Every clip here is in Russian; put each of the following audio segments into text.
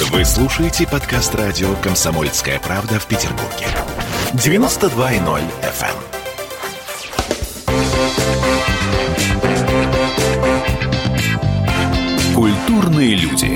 Вы слушаете подкаст радио «Комсомольская правда» в Петербурге. 92.0 FM. Культурные люди.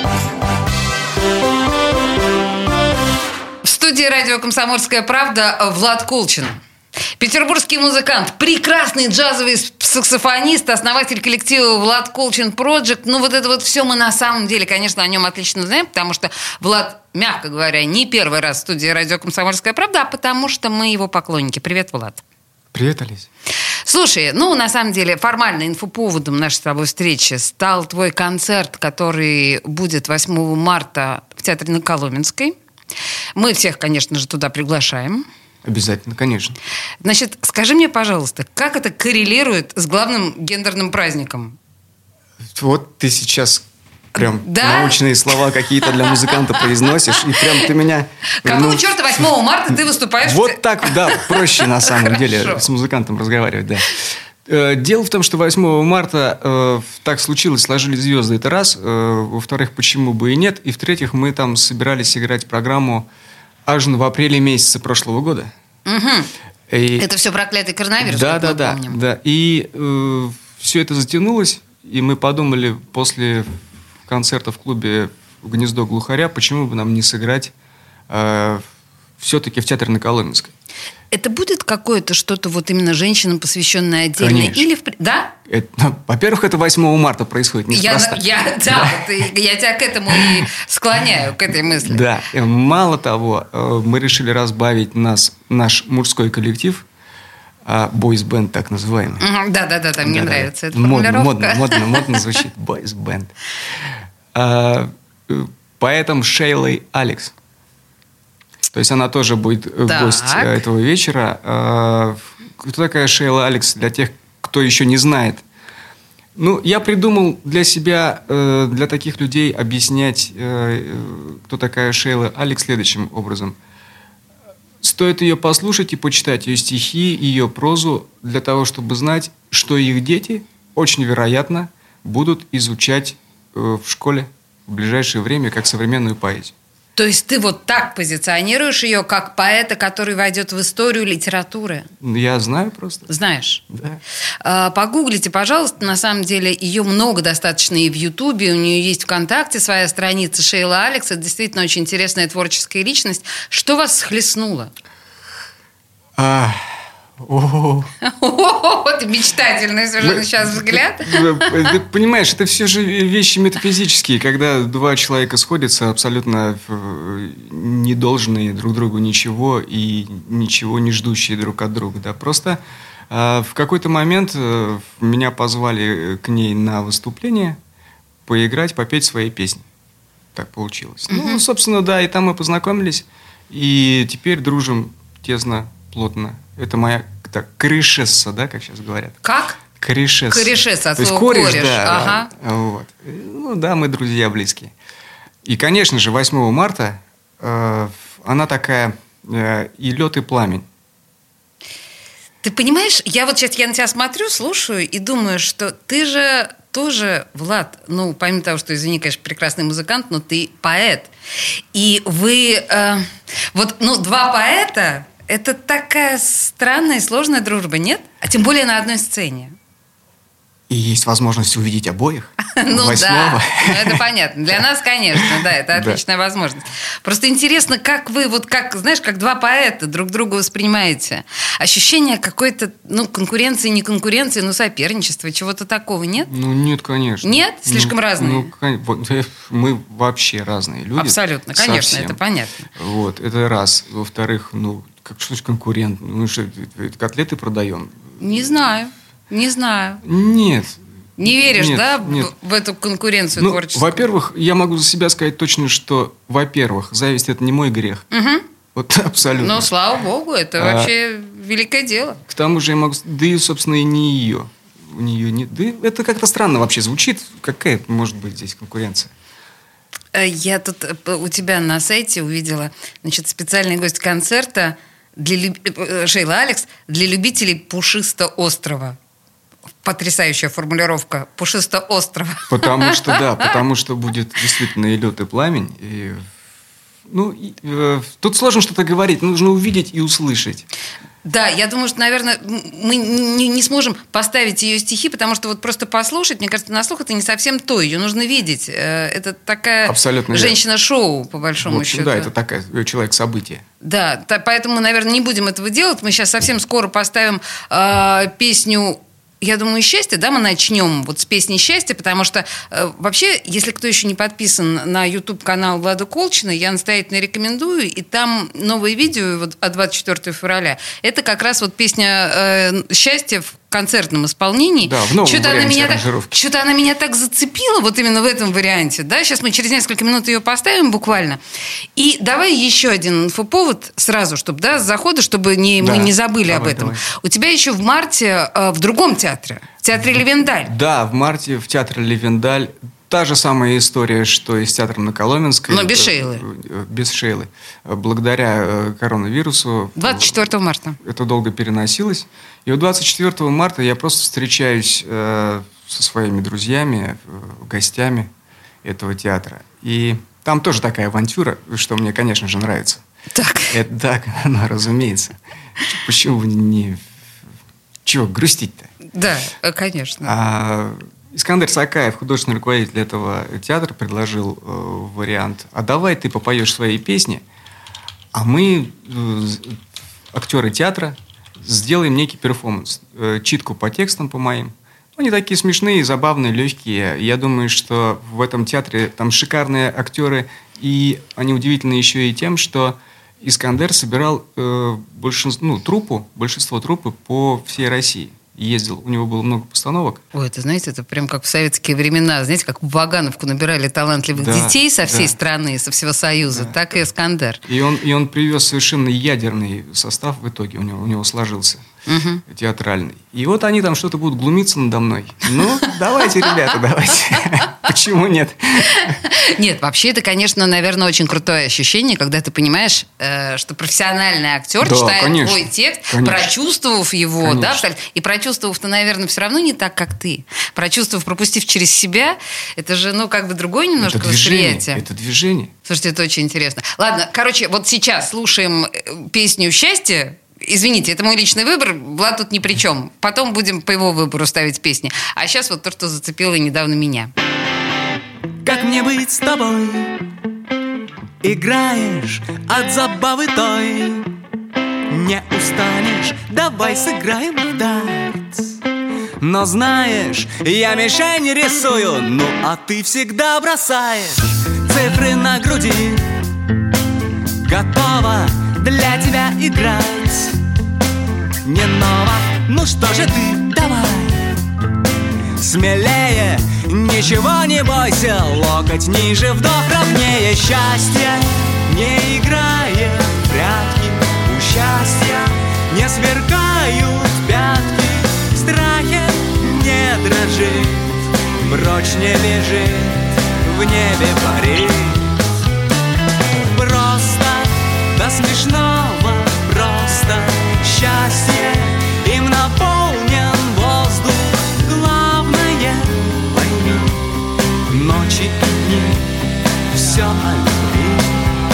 В студии радио «Комсомольская правда» Влад Кулчин. Петербургский музыкант, прекрасный джазовый саксофонист, основатель коллектива Влад Кулчин Project. Ну, вот это вот все мы на самом деле, конечно, о нем отлично знаем, потому что Влад, мягко говоря, не первый раз в студии радио «Комсомольская правда», а потому что мы его поклонники. Привет, Влад. Привет, Олеся. Слушай, ну, на самом деле, формально инфоповодом нашей с тобой встречи стал твой концерт, который будет 8 марта в Театре на Коломенской. Мы всех, конечно же, туда приглашаем. Обязательно, конечно. Значит, скажи мне, пожалуйста, как это коррелирует с главным гендерным праздником? Вот ты сейчас прям Да? научные слова какие-то для музыканта произносишь, и прям ты меня... Какого черта 8 марта ты выступаешь? Вот так, да, проще на самом деле Хорошо. с музыкантом разговаривать, да. Дело в том, что 8 марта так случилось, сложились звезды, это раз. Во-вторых, почему бы и нет. И в-третьих, мы там собирались играть программу аж в апреле месяце прошлого года. Угу. Это все проклятый коронавирус, Да. помним. Да. И все это затянулось, и мы подумали после концерта в клубе «Гнездо глухаря», почему бы нам не сыграть все-таки в Театре на Коломенской. Это будет какое-то что-то вот именно женщинам посвященное отдельно? Конечно. Или да? Во-первых, это 8 марта происходит неспроста. Я тебя к этому и склоняю, к этой мысли. Да. Мало того, мы решили разбавить наш мужской коллектив, бойс-бенд так называемый. Да, мне нравится эта формулировка. Модно звучит, бойс-бенд. Поэтом Шейлой Алекс. То есть она тоже будет гость этого вечера. Кто такая Шейла Алекс для тех, кто еще не знает? Ну, я придумал для себя, для таких людей объяснять, кто такая Шейла Алекс следующим образом. Стоит ее послушать и почитать ее стихи, ее прозу, для того, чтобы знать, что их дети, очень вероятно, будут изучать в школе в ближайшее время как современную поэзию. То есть ты вот так позиционируешь ее, как поэта, который войдет в историю литературы? Я знаю просто. Знаешь? Да. Погуглите, пожалуйста. На самом деле ее много достаточно и в Ютубе. У нее есть ВКонтакте своя страница Шейла Алекс. Это действительно очень интересная творческая личность. Что вас схлестнуло? Вот мечтательный совершенно сейчас взгляд. Ты понимаешь, это все же вещи метафизические, когда два человека сходятся абсолютно не должные друг другу ничего и ничего не ждущие друг от друга. Да? Просто в какой-то момент меня позвали к ней на выступление поиграть, попеть свои песни. Так получилось. Ну, собственно, да, и там мы познакомились, и теперь дружим тесно, плотно. Это моя корешесса, да, как сейчас говорят. Как? Корешесса. Корешесса, от То есть слова кореш, кореш. да. Вот. Ну да, мы друзья близкие. И, конечно же, 8 марта она такая и лед, и пламень. Ты понимаешь, я вот сейчас на тебя смотрю, слушаю и думаю, что ты же тоже, Влад, ну, помимо того, что, извини, конечно, прекрасный музыкант, но ты поэт. И вы, два поэта... Это такая странная и сложная дружба, нет? А тем более на одной сцене. И есть возможность увидеть обоих. Ну 8-го. да, это понятно. Для нас, конечно, да, это отличная возможность. Просто интересно, как вы, как два поэта друг друга воспринимаете. Ощущение какой-то, конкуренции, не конкуренции, но соперничества, чего-то такого, нет? Ну, нет, конечно. Нет? Слишком разные? Мы вообще разные люди. Абсолютно, конечно, совсем. это понятно. Вот, это раз. Во-вторых, что ж конкурент? Мы что, котлеты продаем? Не знаю. Нет. Не веришь, нет, да, нет. в эту конкуренцию творческую? Во-первых, я могу за себя сказать точно, что, во-первых, зависть – это не мой грех. Угу. Вот абсолютно. Ну, слава богу, это вообще великое дело. К тому же я могу... Да и, собственно, и не ее. У нее не... Да это как-то странно вообще звучит. Какая может быть здесь конкуренция? Я тут у тебя на сайте увидела, специальный гость концерта Шейла Алекс для любителей Пушистого острова. Потрясающая формулировка. Пушистоострова. Потому что будет действительно и лед, и пламень. Тут сложно что-то говорить. Нужно увидеть и услышать. Да, я думаю, что, наверное, мы не сможем поставить ее стихи, потому что вот просто послушать, мне кажется, на слух это не совсем то. Ее нужно видеть. Это такая женщина-шоу, по большому счету. Да, это такая человек-событие. Да, поэтому, наверное, не будем этого делать. Мы сейчас совсем скоро поставим песню... Я думаю, «Счастье», да, мы начнем вот с песни «Счастье», потому что вообще, если кто еще не подписан на YouTube-канал Влада Колчина, я настоятельно рекомендую, и там новое видео вот, от 24 февраля. Это как раз вот песня «Счастье» в концертном исполнении. Да, в новом варианте аранжировки. Что-то она меня так зацепила вот именно в этом варианте. Да? Сейчас мы через несколько минут ее поставим буквально. И давай еще один инфоповод сразу, чтобы с захода, чтобы мы не забыли об этом. Давай. У тебя еще в марте в другом театре, в театре «Левендаль». Да, в марте в театре «Левендаль». Та же самая история, что и с театром на Коломенской. Но без Шейлы. Без Шейлы. Благодаря коронавирусу. 24 марта. Это долго переносилось. И вот 24 марта я просто встречаюсь со своими друзьями, гостями этого театра. И там тоже такая авантюра, что мне, конечно же, нравится. Так. Это так, разумеется. Почему не... Чего грустить-то? Да, конечно. Искандер Сакаев, художественный руководитель этого театра, предложил вариант: а давай ты попоешь свои песни, а мы, актеры театра, сделаем некий перформанс, читку по текстам, по моим. Они такие смешные, забавные, легкие. Я думаю, что в этом театре там шикарные актеры, и они удивительны еще и тем, что Искандер собирал большинство труппы по всей России. Ездил, у него было много постановок. Ой, это, знаете, это прям как в советские времена. Знаете, как в Вагановку набирали талантливых детей со всей страны, со всего Союза, так и Искандер. И он привез совершенно ядерный состав в итоге, у него сложился. Театральный. И вот они там что-то будут глумиться надо мной. Ну, давайте, ребята, давайте. Почему нет? Нет, вообще это, конечно, наверное, очень крутое ощущение, когда ты понимаешь, что профессиональный актер читает твой текст, прочувствовав его, да, и прочувствовав-то, наверное, все равно не так, как ты. Прочувствовав, пропустив через себя, это же, другое немножко восприятие. Это движение. Слушайте, это очень интересно. Ладно, короче, вот сейчас слушаем песню «Счастье». Извините, это мой личный выбор, Влад тут ни при чем. Потом будем по его выбору ставить песни. А сейчас вот то, что зацепило недавно меня. Как мне быть с тобой? Играешь от забавы той. Не устанешь, давай сыграем в дартс. Но знаешь, я мишень рисую, ну а ты всегда бросаешь цифры на груди. Готова для тебя играть. Не ново, ну что же ты, давай. Смелее, ничего не бойся. Локоть ниже, вдох ровнее. Счастье не играет в прятки. У счастья не сверкают пятки. В страхе не дрожит, прочь не бежит, в небе парит. Просто до смешного, просто счастье, им наполнен воздух. Главное, пойми, ночи и дни, все о любви.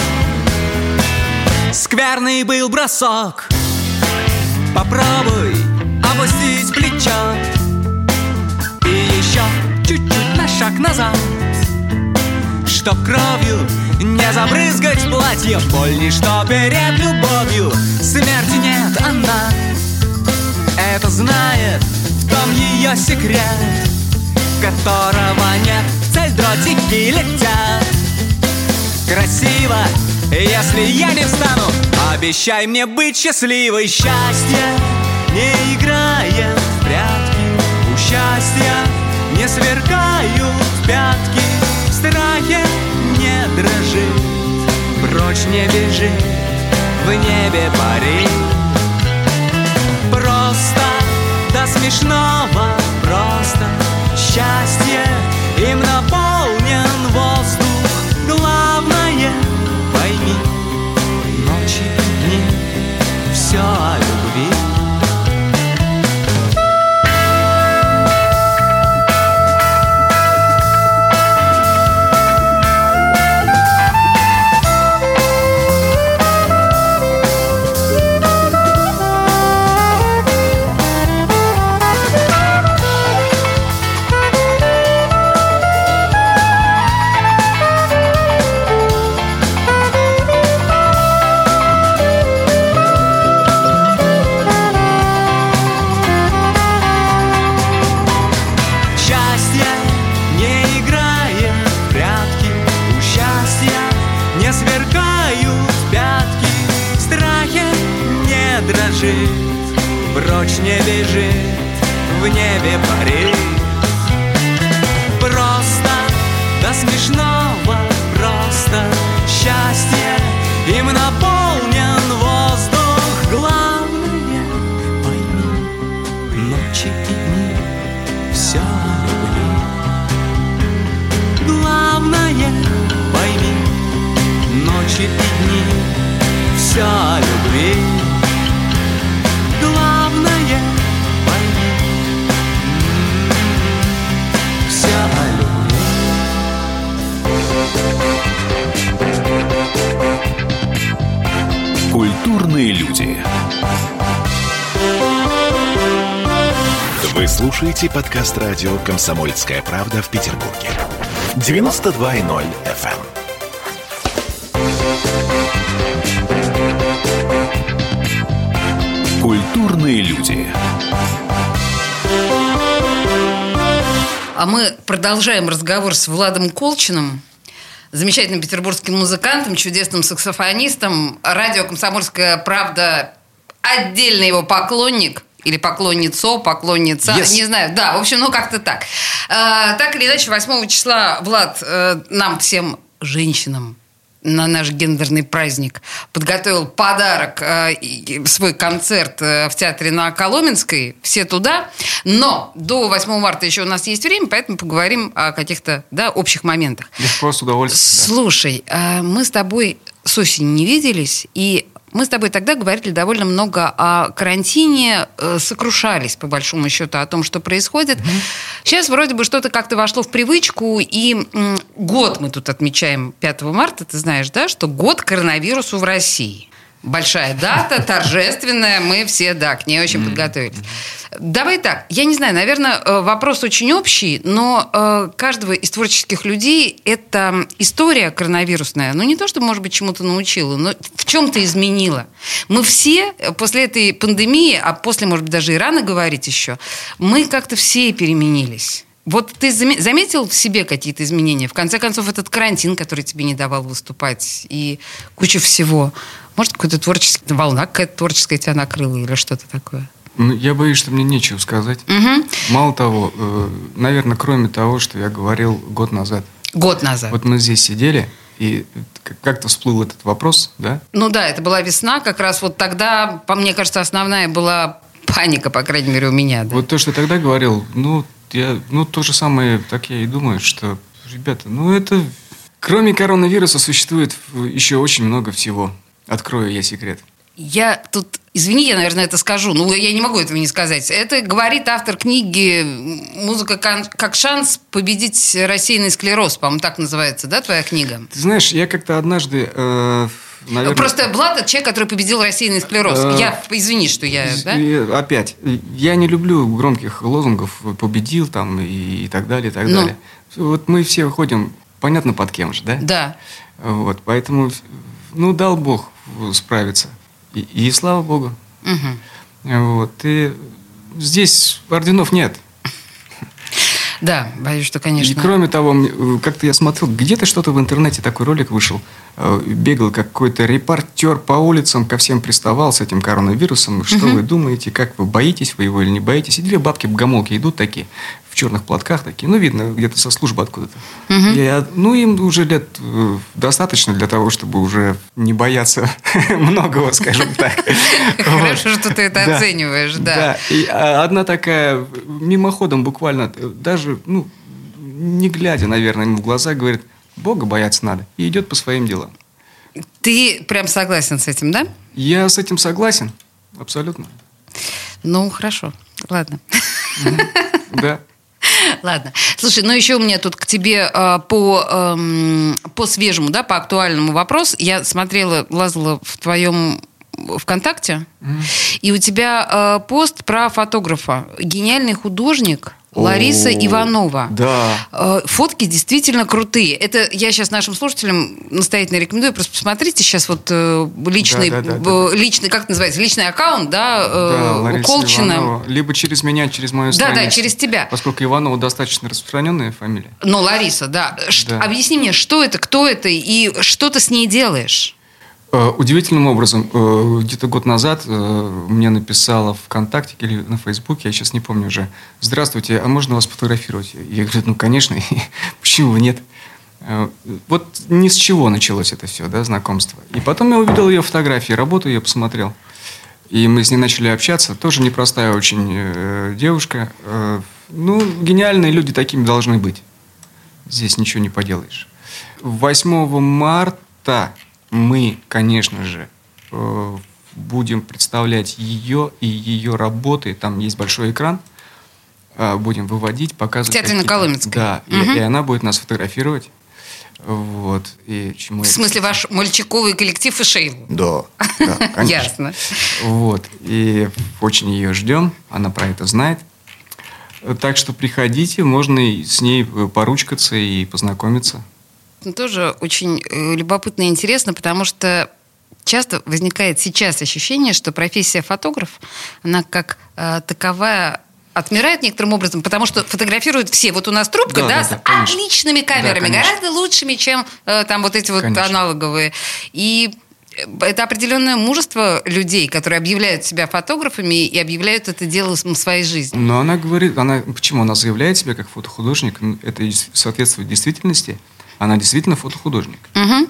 Скверный был бросок, попробуй опустить плечо. И еще чуть-чуть на шаг назад, чтоб кровью не забрызгать платье. Боль ничто перед любовью. Смерти нет, она это знает. В том ее секрет, которого нет. В цель дротики летят. Красиво, если я не встану. Обещай мне быть счастливой. Счастье не играет в прятки. У счастья не сверкают пятки. В страхе не дрожит, прочь не бежит, в небе парит. Просто до смешного, просто счастье, им наполнен воздух. Главное, пойми, ночи и дни, все о любви. бежит, прочь не бежит, в небе парит. Просто до смешного, просто счастье им наполнен воздух. Главное, пойми, ночи и дни все любви. Главное, пойми, ночи и дни все любви. Главное, пойми, все любви. Культурные люди. Вы слушаете подкаст радио «Комсомольская правда» в Петербурге. 92.0 FM. Культурные люди. А мы продолжаем разговор с Владом Колчиным, замечательным петербургским музыкантом, чудесным саксофонистом. Радио «Комсомольская правда» отдельный его поклонник. Или поклонница, yes. Не знаю. Да, в общем, как-то так. Так или иначе, 8 числа Влад нам всем, женщинам, на наш гендерный праздник подготовил подарок, свой концерт в театре на Коломенской. Все туда. Но до 8 марта еще у нас есть время, поэтому поговорим о каких-то общих моментах. Легко, с удовольствием. Слушай, мы с тобой с осени не виделись, и мы с тобой тогда говорили довольно много о карантине, сокрушались, по большому счету, о том, что происходит. Сейчас вроде бы что-то как-то вошло в привычку, и год мы тут отмечаем 5 марта, ты знаешь, да, что год коронавирусу в России. Большая дата, торжественная, мы все, к ней очень подготовились. Давай так, я не знаю, наверное, вопрос очень общий, но каждого из творческих людей эта история коронавирусная, не то, что, может быть, чему-то научила, но в чем-то изменила. Мы все после этой пандемии, а после, может быть, даже и рано говорить еще, мы как-то все переменились. Вот ты заметил в себе какие-то изменения? В конце концов, этот карантин, который тебе не давал выступать, и куча всего. Может, какая-то творческая волна, какая-то творческая тебя накрыла или что-то такое? Я боюсь, что мне нечего сказать. Мало того, наверное, кроме того, что я говорил год назад. Год назад. Вот мы здесь сидели, и как-то всплыл этот вопрос, да? Это была весна, как раз вот тогда, мне кажется, основная была паника, по крайней мере, у меня. Да? Вот то, что я тогда говорил, то же самое, так я и думаю, что, ребята, это... Кроме коронавируса существует еще очень много всего. Открою я секрет. Я тут, извини, я, наверное, это скажу, я не могу этого не сказать. Это говорит автор книги «Музыка как шанс победить рассеянный склероз». По-моему, так называется, да, твоя книга? Ты знаешь, я как-то однажды... наверное... Просто Влад – это человек, который победил рассеянный склероз. Извини, что я... Да? Опять, я не люблю громких лозунгов «победил» там, и так далее, и так далее. Вот мы все ходим, понятно, под кем же, да? Да. Вот, поэтому, дал Бог справиться. И слава Богу. Вот. И здесь орденов нет. Да, боюсь, что, конечно. И кроме того, как-то я смотрел, где-то что-то в интернете, такой ролик вышел. Бегал какой-то репортер по улицам, ко всем приставал с этим коронавирусом. Что вы думаете, как вы, боитесь вы его или не боитесь? И две бабки-богомолки идут такие, в черных платках такие, видно, где-то со службы откуда-то. Им уже лет достаточно для того, чтобы уже не бояться многого, скажем так. Хорошо, что ты это оцениваешь, да. Да, и одна такая, мимоходом буквально, даже, не глядя, наверное, ему в глаза, говорит: Бога бояться надо. И идет по своим делам. Ты прям согласен с этим, да? Я с этим согласен. Абсолютно. Хорошо. Ладно. Да. Ладно. Слушай, еще у меня тут к тебе по свежему, по актуальному вопрос. Я лазала в твоем ВКонтакте, и у тебя пост про фотографа. Гениальный художник Лариса Иванова. Да. Фотки действительно крутые. Это я сейчас нашим слушателям настоятельно рекомендую. Просто посмотрите сейчас личный, как это называется, личный аккаунт, у Колчина. Иванова. Либо через меня, через мою страницу. Да, через тебя. Поскольку Иванова достаточно распространенная фамилия. Лариса, да. Объясни мне, что это, кто это и что ты с ней делаешь? Удивительным образом, где-то год назад мне написала ВКонтакте или на Фейсбуке, я сейчас не помню уже: «Здравствуйте, а можно вас фотографировать?» Я говорю: «Ну, конечно, почему бы нет?» Вот ни с чего началось это все, да, знакомство. И потом я увидел ее фотографии, работу ее посмотрел. И мы с ней начали общаться. Тоже непростая очень девушка. Ну, гениальные люди такими должны быть. Здесь ничего не поделаешь. 8 марта мы, конечно же, будем представлять ее и ее работы. Там есть большой экран. Будем выводить, показывать. В Театре на Коломенской. Да, и она будет нас фотографировать. Вот. И чему в смысле, ваш мальчиковый коллектив и Шейлу? Да, конечно. Ясно. Вот. И очень ее ждем. Она про это знает. Так что приходите, можно с ней поручкаться и познакомиться. Тоже очень любопытно и интересно, потому что часто возникает сейчас ощущение, что профессия фотограф, она как таковая отмирает некоторым образом, потому что фотографируют все. Вот у нас трубка, с отличными камерами, гораздо лучшими, чем там вот эти вот аналоговые. И это определенное мужество людей, которые объявляют себя фотографами и объявляют это дело своей жизни. Но она говорит, почему она заявляет себя как фотохудожник? Это соответствует действительности. Она действительно фотохудожник.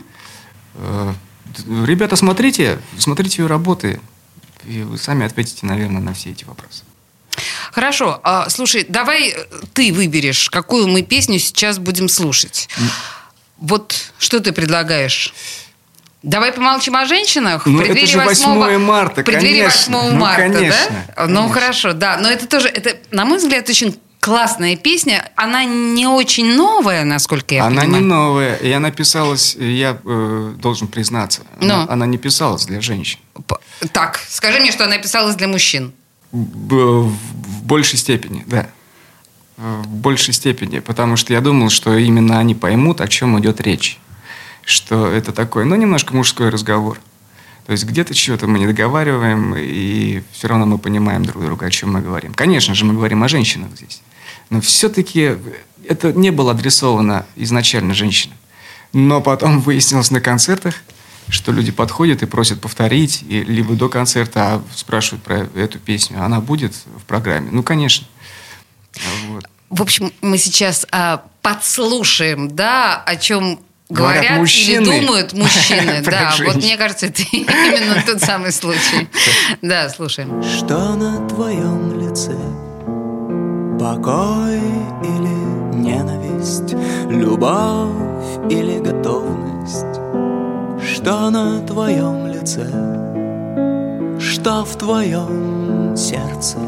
Ребята, смотрите ее работы, и вы сами ответите, наверное, на все эти вопросы. Хорошо. Слушай, давай ты выберешь, какую мы песню сейчас будем слушать. Вот что ты предлагаешь? Давай помолчим о женщинах. Ну, это же 8 марта, в преддверии 8 марта, конечно, да? Конечно. Ну, хорошо, да. Но это тоже, на мой взгляд, очень классная песня. Она не очень новая, насколько я понимаю. Она не новая. И она писалась, я должен признаться, она не писалась для женщин. Так, скажи мне, что она писалась для мужчин. В большей степени, да. В большей степени. Потому что я думал, что именно они поймут, о чем идет речь. Что это такой, немножко мужской разговор. То есть где-то чего-то мы не договариваем, и все равно мы понимаем друг друга, о чем мы говорим. Конечно же, мы говорим о женщинах здесь. Но все-таки это не было адресовано изначально женщинам. Но потом выяснилось на концертах, что люди подходят и просят повторить, либо до концерта спрашивают про эту песню. Она будет в программе? Ну, конечно. Вот. В общем, мы сейчас подслушаем, о чем говорят мужчины. Или думают мужчины. Да, вот мне кажется, это именно тот самый случай. Да, слушаем. Что на твоем лице? Покой или ненависть? Любовь или готовность? Что на твоем лице? Что в твоем сердце?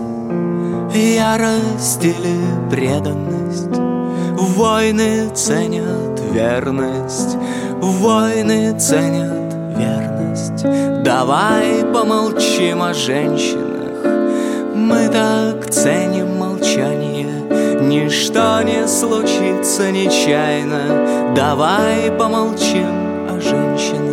Ярость или преданность? Войны ценят верность, войны ценят верность. Давай помолчим о женщинах, мы так ценим молчание. Ничто не случится нечаянно. Давай помолчим о женщинах.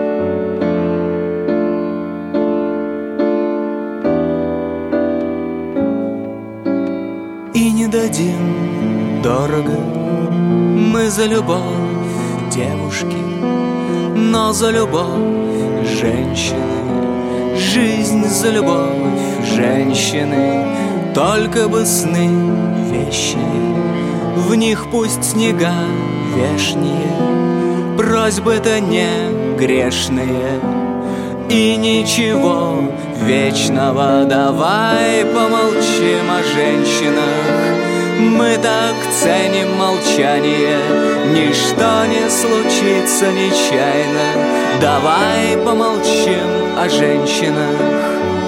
И не дадим дорого мы за любовь девушки, но за любовь женщины, жизнь за любовь женщины. Только бы сны вещие, в них пусть снега вешние, просьбы-то не грешные и ничего вечного. Давай помолчим о женщинах, мы так ценим молчание. Ничто не случится нечаянно. Давай помолчим о женщинах.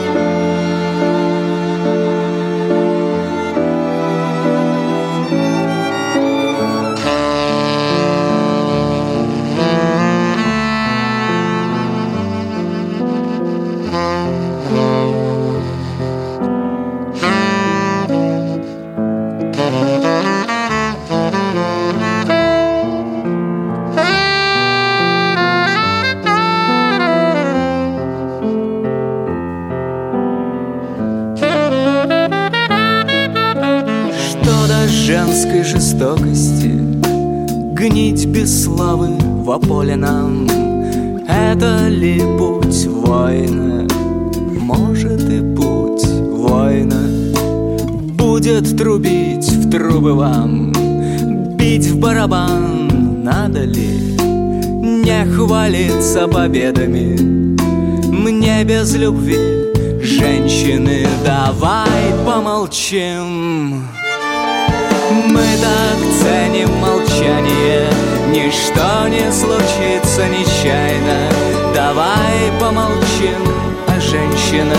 Женской жестокости, гнить без славы во поле нам. Это ли путь воина? Может и путь воина. Будет трубить в трубы вам, бить в барабан, надо ли? Не хвалиться победами мне без любви, женщины, давай помолчим. Мы так ценим молчание, ничто не случится нечаянно. Давай помолчим о женщинах.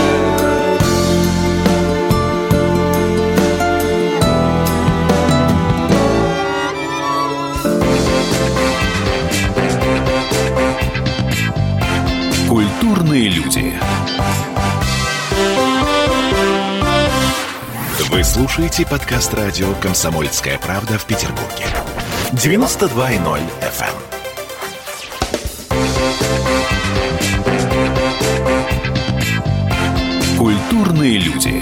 Культурные люди. Вы слушаете подкаст радио «Комсомольская правда» в Петербурге. 92.0 FM. Культурные люди.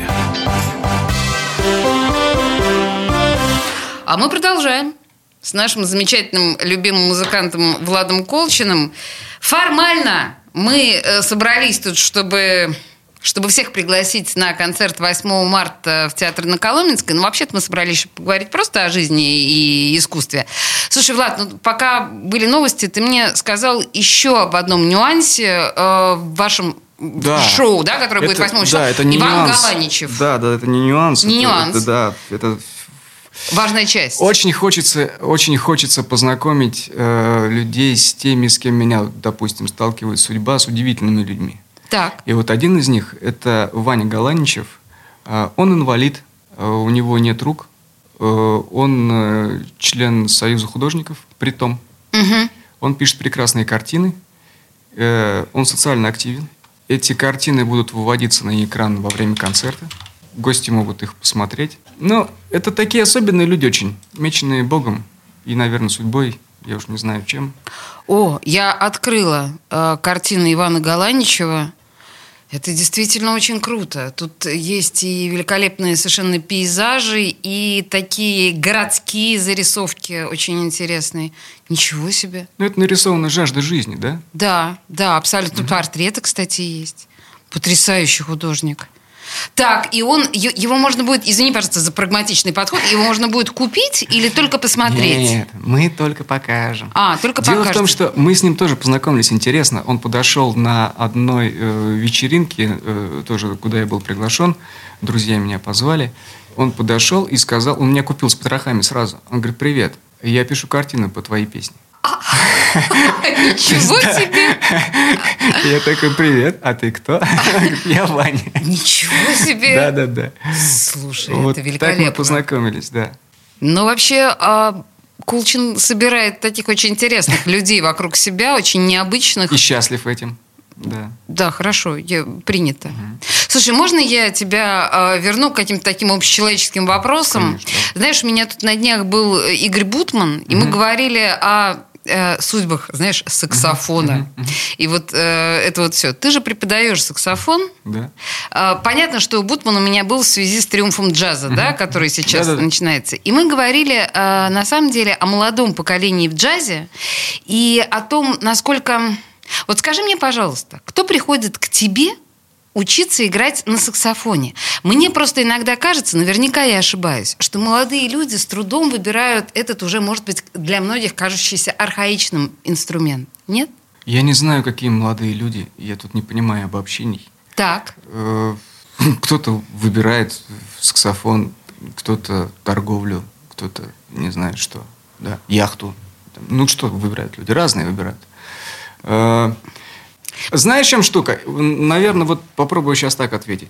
А мы продолжаем с нашим замечательным любимым музыкантом Владом Колчиным. Формально мы собрались тут, чтобы всех пригласить на концерт 8 марта в театр на Коломенской. Но вообще-то мы собрались еще поговорить просто о жизни и искусстве. Слушай, Влад, ну, пока были новости, ты мне сказал еще об одном нюансе в вашем шоу, да, которое будет 8 числа. Да, это не Иван нюанс. Галаничев. Да, это не нюанс. Не нюанс. Это важная часть. Очень хочется познакомить людей с теми, с кем меня, допустим, сталкивает судьба, с удивительными людьми. Так. И вот один из них – это Ваня Галаничев. Он инвалид, у него нет рук, он член Союза художников, притом. Угу. Он пишет прекрасные картины, он социально активен. Эти картины будут выводиться на экран во время концерта. Гости могут их посмотреть. Но это такие особенные люди очень, меченные Богом и, наверное, судьбой, я уж не знаю чем. О, я открыла картины Ивана Галаничева. Это действительно очень круто. Тут есть и великолепные совершенно пейзажи, и такие городские зарисовки очень интересные. Ничего себе. Ну, это нарисована жажда жизни, да? Да, абсолютно. Тут портреты, кстати, есть. Потрясающий художник. Так, и его можно будет, извини, пожалуйста, за прагматичный подход, его можно будет купить или только посмотреть? Нет, мы только покажем. Только Дело покажете. в том, что мы с ним тоже познакомились интересно. Он подошел на одной вечеринке, тоже куда я был приглашен, друзья меня позвали. Он подошел и сказал, он меня купил с потрохами сразу. Он говорит: привет, я пишу картины по твоей песне. Ничего себе! Я такой: привет, а ты кто? Я Ваня. Ничего себе! Да. Слушай, Вот это великолепно. так мы познакомились, да. Ну, вообще, Колчин собирает таких очень интересных людей вокруг себя, очень необычных. И счастлив этим, да. Да, хорошо, принято. Слушай, можно я тебя верну к каким-то таким общечеловеческим вопросам? Конечно. Знаешь, у меня тут на днях был Игорь Бутман, и мы говорили о судьбах, знаешь, саксофона. И вот это вот все. Ты же преподаешь саксофон. Да. Понятно, что Бутман у меня был в связи с триумфом джаза, да, который сейчас начинается. И мы говорили, на самом деле, о молодом поколении в джазе и о том, насколько... Вот скажи мне, пожалуйста, кто приходит к тебе учиться играть на саксофоне? Мне просто иногда кажется, наверняка я ошибаюсь, что молодые люди с трудом выбирают этот уже, может быть, для многих кажущийся архаичным инструмент. Нет? Я не знаю, какие молодые люди. Я тут не понимаю обобщений. Так. Кто-то выбирает саксофон, кто-то торговлю, кто-то не знаю что. Да, яхту. Ну, что выбирают люди? Разные выбирают. Знаешь, в чем штука? Наверное, вот попробую сейчас так ответить.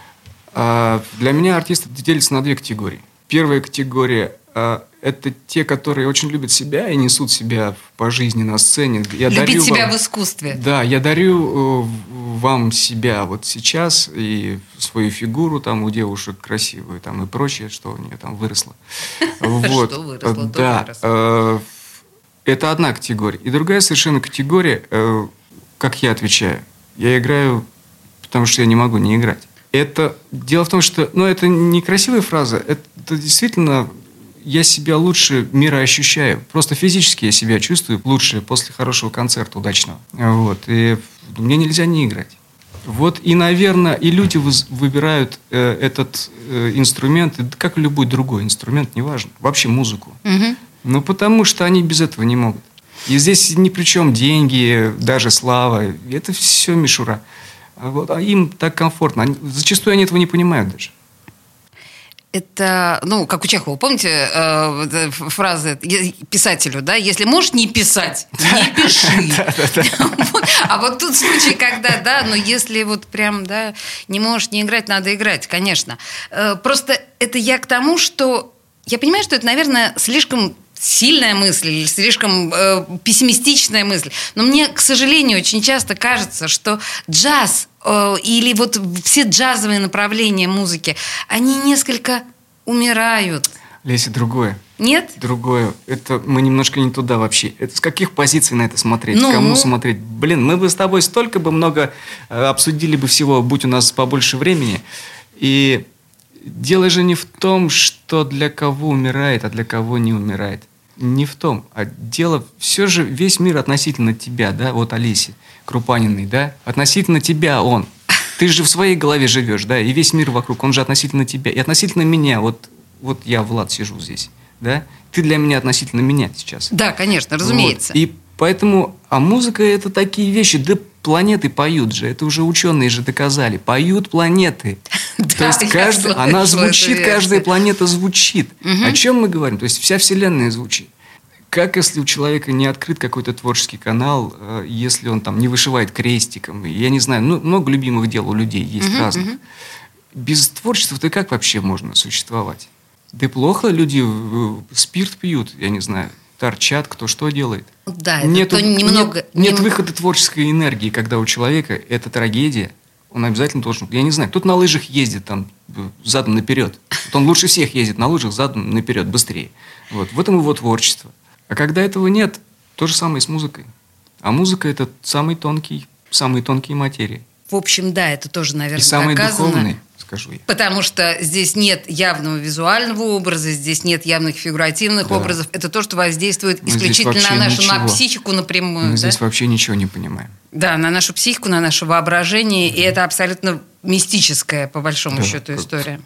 Для меня артисты делятся на две категории. Первая категория это те, которые очень любят себя и несут себя по жизни на сцене. Любить себя в искусстве. Да, я дарю вам себя вот сейчас и свою фигуру там у девушек красивую там и прочее, что у нее там выросло. Что выросло, то выросло. Это одна категория. И другая совершенно категория, как я отвечаю. Я играю, потому что я не могу не играть. Дело в том, что... это не красивая фраза. Это действительно я себя лучше мира ощущаю. Просто физически я себя чувствую лучше после хорошего концерта удачного. Вот. И мне нельзя не играть. Вот и, наверное, и люди выбирают этот инструмент, как и любой другой инструмент, неважно, вообще музыку. Ну, потому что они без этого не могут. И здесь ни при чем деньги, даже слава. Это все мишура. Вот, а им так комфортно. Зачастую они этого не понимают даже. Это, ну, как у Чехова, помните фразы писателю, да? Если можешь не писать, не пиши. А вот тут случай, когда, да, но если вот прям, да, не можешь не играть, надо играть, конечно. Просто это я к тому, что я понимаю, что это, наверное, слишком сильная мысль или слишком пессимистичная мысль. Но мне, к сожалению, очень часто кажется, что джаз или вот все джазовые направления музыки, они несколько умирают. Леся, другое. Нет? Другое. Это мы немножко не туда вообще. Это с каких позиций на это смотреть? Кому смотреть? Блин, мы бы с тобой столько бы много обсудили бы всего, будь у нас побольше времени. И дело же не в том, что для кого умирает, а для кого не умирает. Не в том. А дело, все же весь мир относительно тебя, да, вот Олеси Крупаниной, да, относительно тебя он. Ты же в своей голове живешь, да, и весь мир вокруг, он же относительно тебя. И относительно меня, вот я, Влад, сижу здесь, да, ты для меня относительно меня сейчас. Да, конечно, разумеется. Вот. И поэтому, а музыка это такие вещи, да планеты поют же, это уже ученые же доказали, поют планеты. То есть она звучит, каждая планета звучит. О чем мы говорим? То есть вся Вселенная звучит. Как если у человека не открыт какой-то творческий канал, если он там не вышивает крестиком, я не знаю, ну, много любимых дел у людей есть разных. Без творчества-то как вообще можно существовать? Да плохо люди спирт пьют, я не знаю, торчат, кто что делает. Да, нет выхода творческой энергии, когда у человека это трагедия, он обязательно должен... Я не знаю, кто-то на лыжах ездит там задом наперед. Вот он лучше всех ездит на лыжах задом наперед, быстрее. Вот. В этом его творчество. А когда этого нет, то же самое и с музыкой. А музыка – это самые тонкие материи. В общем, да, это тоже, наверное, и самые доказано. Духовные, скажу я. Потому что здесь нет явного визуального образа, здесь нет явных фигуративных образов. Это то, что воздействует исключительно на нашу на психику напрямую. Мы здесь вообще ничего не понимаем. Да, на нашу психику, на наше воображение. И это абсолютно мистическая, по большому счету, история.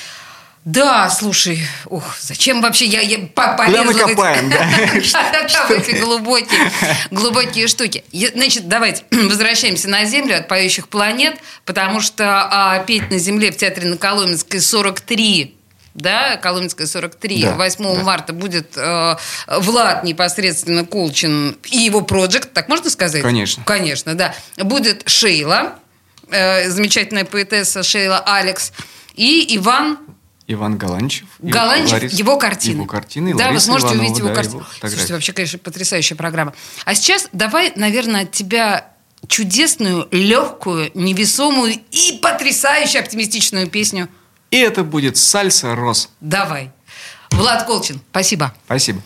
Да, слушай, зачем вообще я полезла мы копаем, в эти глубокие штуки. Значит, давайте возвращаемся на Землю от поющих планет, потому что петь на Земле в театре на Коломенской 43, да, Коломенская 43, да, 8 марта будет Влад непосредственно Колчин и его проект, так можно сказать? Конечно. Конечно, да. Будет Шейла, замечательная поэтесса Шейла Алекс, и Иван Галанчев, его картины. Да, вы сможете увидеть его картины. Слушайте, вообще, конечно, потрясающая программа. А сейчас давай, наверное, от тебя чудесную, легкую, невесомую и потрясающую оптимистичную песню. И это будет «Сальса Рос». Давай. Влад Колчин, спасибо. Спасибо.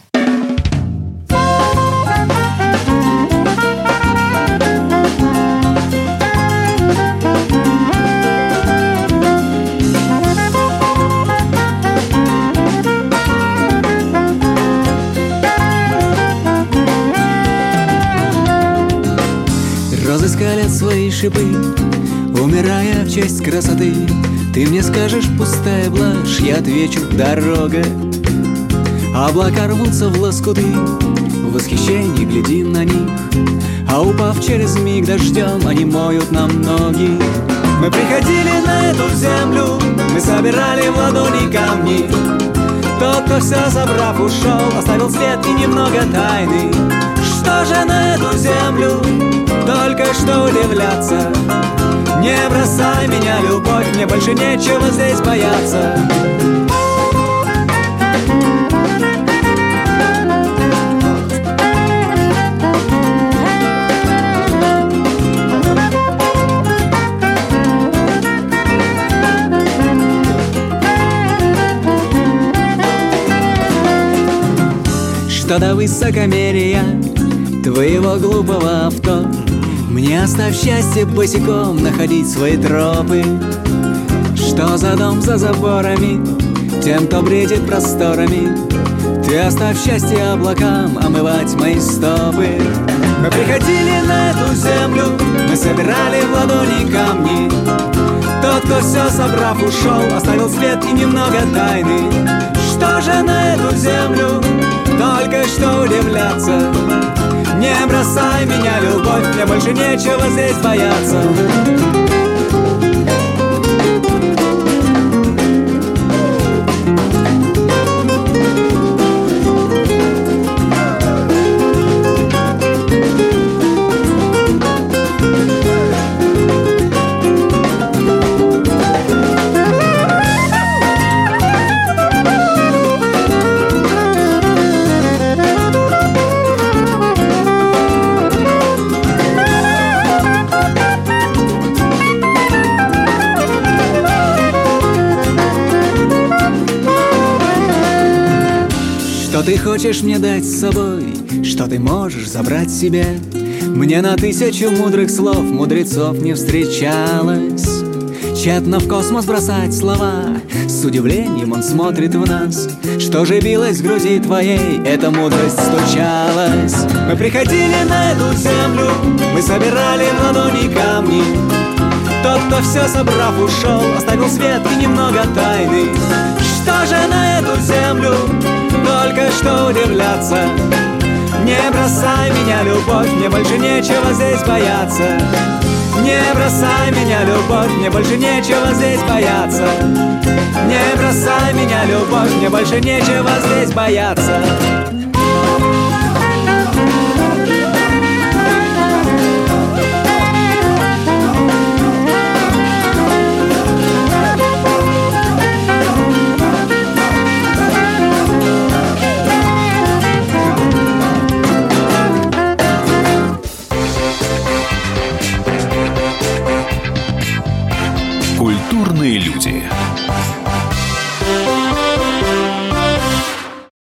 Розы скалят свои шипы, умирая в честь красоты. Ты мне скажешь, пустая блажь, я отвечу, дорога. Облака рвутся в лоскуты, в восхищении глядим на них. А упав через миг дождем, они моют нам ноги. Мы приходили на эту землю, мы собирали в ладони камни. Тот, кто все забрав, ушел, оставил след и немного тайны. Что же на эту землю только что удивляться? Не бросай меня, любовь, мне больше нечего здесь бояться. Что до высокомерия твоего глупого авто, мне оставь счастье босиком находить свои тропы. Что за дом за заборами, тем, кто бредит просторами, И оставь счастье облакам омывать мои стопы. Мы приходили на эту землю, мы собирали в ладони камни. Тот, кто все собрав, ушел, оставил свет и немного тайны. Что же на эту землю только что удивляться? Не бросай меня, любовь, мне больше нечего здесь бояться. Что ты хочешь мне дать с собой? Что ты можешь забрать себе? Мне на 1000 мудрых слов мудрецов не встречалось. Тщетно в космос бросать слова, с удивлением он смотрит в нас. Что же билось в груди твоей, эта мудрость стучалась. Мы приходили на эту землю, мы собирали в ладони камни. Тот, кто все собрав, ушел, оставил свет и немного тайны. Что же на эту землю только что удивляться? Не бросай меня, любовь, мне больше нечего здесь бояться. Не бросай меня, любовь, мне больше нечего здесь бояться. Не бросай меня, любовь, мне больше нечего здесь бояться.